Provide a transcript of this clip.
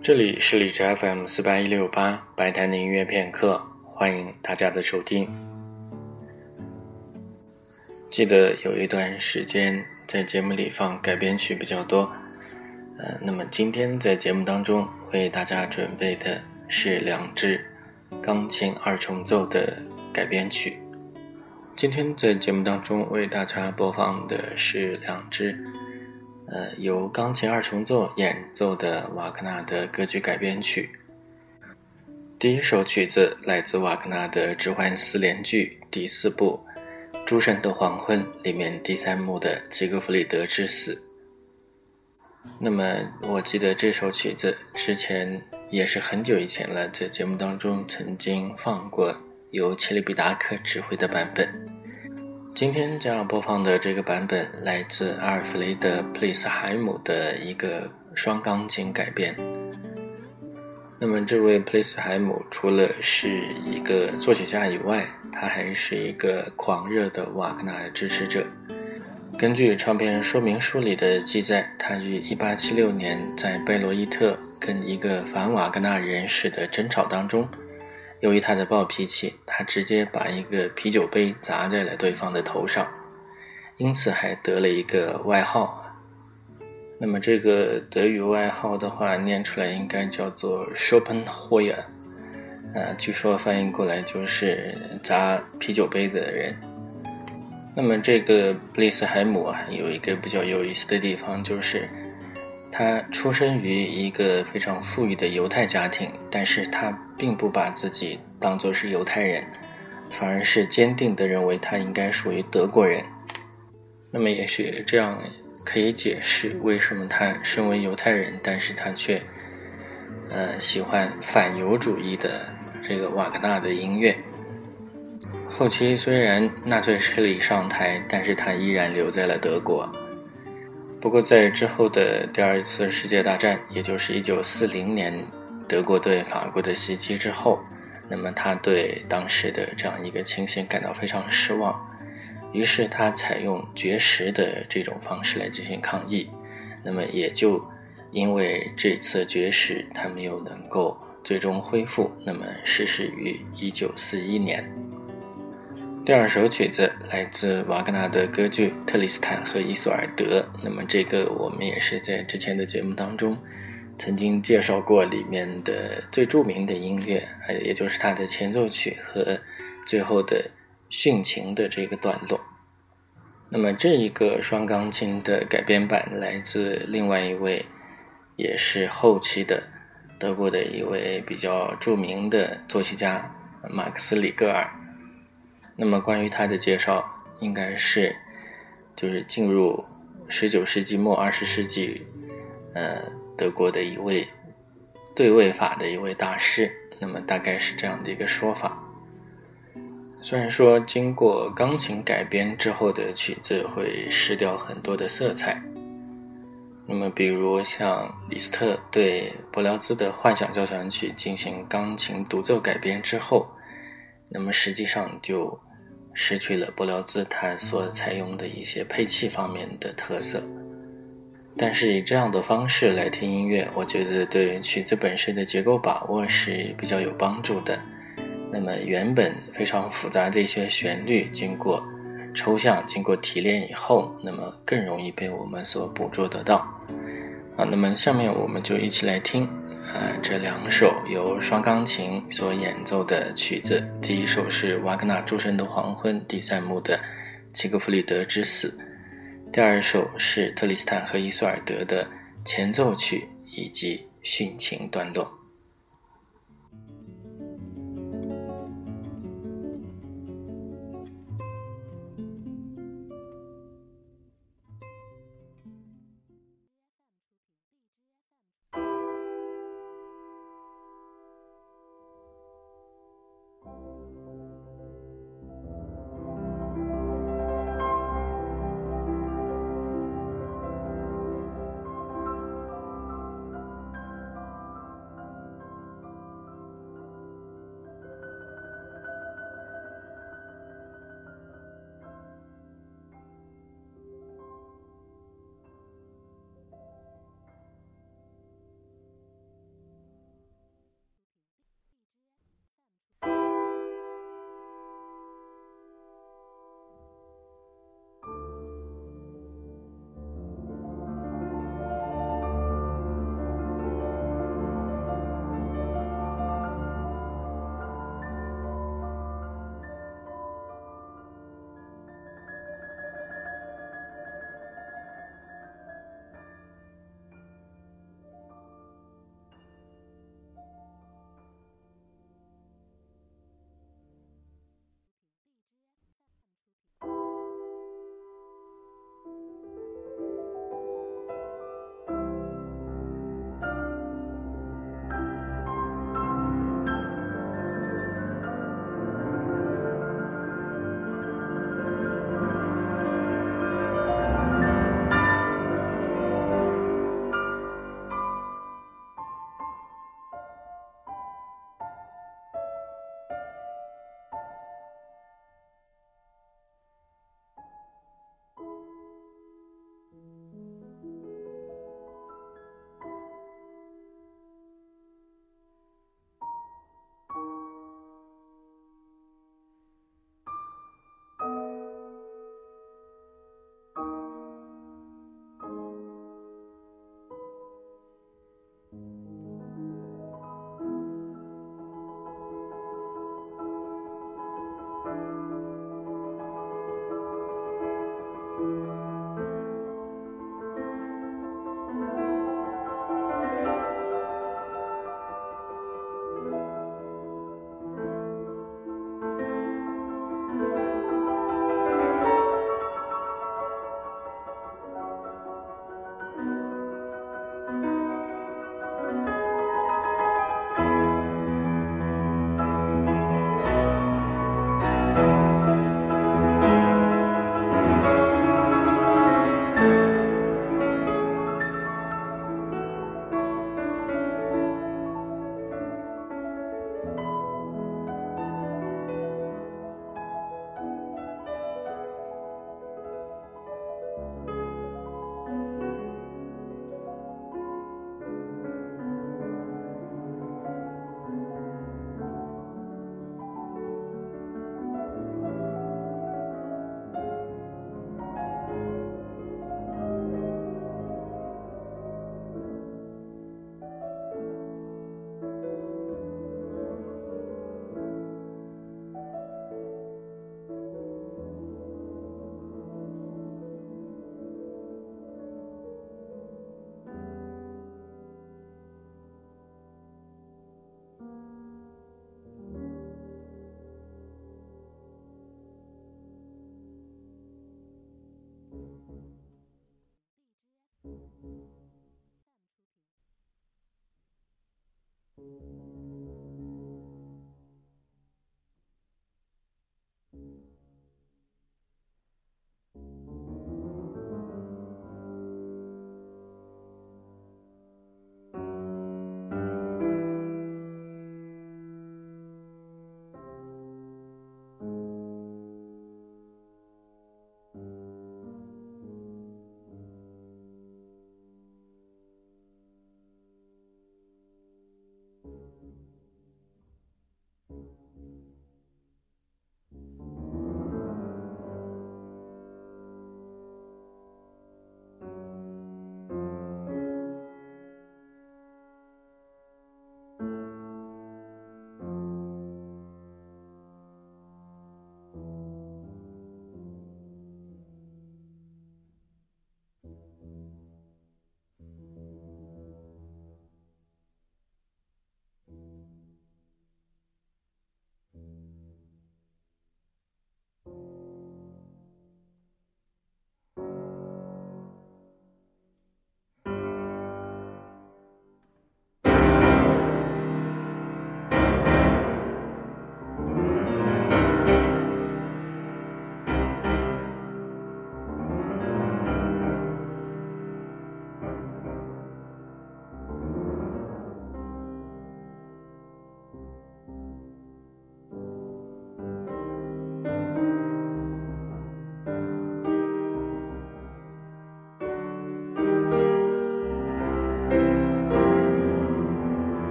这里是荔枝 FM48168白谈的音乐片刻，欢迎大家的收听。记得有一段时间在节目里放改编曲比较多，那么今天在节目当中为大家准备的是2支钢琴二重奏的改编曲。今天在节目当中为大家播放的是2支由钢琴二重奏演奏的瓦格纳的歌剧改编曲。第一首曲子来自瓦格纳的指环4连剧第4部《诸神的黄昏》里面第3幕的齐格弗里德之死。那么我记得这首曲子之前也是很久以前了，在节目当中曾经放过由切利比达克指挥的版本。今天将要播放的这个版本来自阿尔弗雷德·普利斯海姆的一个双钢琴改编。那么这位普利斯海姆除了是一个作曲家以外，他还是一个狂热的瓦格纳的支持者。根据唱片说明书里的记载，他于1876年在贝罗伊特跟一个反瓦格纳人士的争吵当中，由于他的暴脾气，他直接把一个啤酒杯砸在了对方的头上，因此还得了一个外号。那么这个德语外号的话念出来应该叫做 Schopenheuer， 据说翻译过来就是砸啤酒杯的人。那么这个布利斯海姆有一个比较有意思的地方，就是他出生于一个非常富裕的犹太家庭，但是他并不把自己当作是犹太人，反而是坚定地认为他应该属于德国人。那么也是这样可以解释为什么他身为犹太人，但是他却喜欢反犹主义的这个瓦格纳的音乐。后期虽然纳粹势力上台，但是他依然留在了德国。不过在之后的第2次世界大战，也就是1940年德国对法国的袭击之后，那么他对当时的这样一个情形感到非常失望，于是他采用绝食的这种方式来进行抗议。那么也就因为这次绝食，他没有能够最终恢复，那么逝世于1941年。第2首曲子来自瓦格纳的歌剧《特里斯坦和伊索尔德》，那么这个我们也是在之前的节目当中曾经介绍过里面的最著名的音乐，也就是它的前奏曲和最后的殉情的这个段落。那么这一个双钢琴的改编版来自另外一位也是后期的德国的一位比较著名的作曲家马克思·里格尔。那么关于他的介绍应该是就是进入19世纪末20世纪德国的一位对位法的一位大师，那么大概是这样的一个说法。虽然说经过钢琴改编之后的曲子会失掉很多的色彩，那么比如像李斯特对柏辽兹的幻想交响曲进行钢琴独奏改编之后，那么实际上就失去了柏辽兹他所采用的一些配器方面的特色。但是以这样的方式来听音乐，我觉得对曲子本身的结构把握是比较有帮助的。那么原本非常复杂的一些旋律经过抽象经过提炼以后，那么更容易被我们所捕捉得到。那么下面我们就一起来听这2首由双钢琴所演奏的曲子。第一首是瓦格纳《诸神的黄昏》第3幕的齐格弗里德之死，第2首是特里斯坦和伊索尔德的前奏曲以及殉情段落。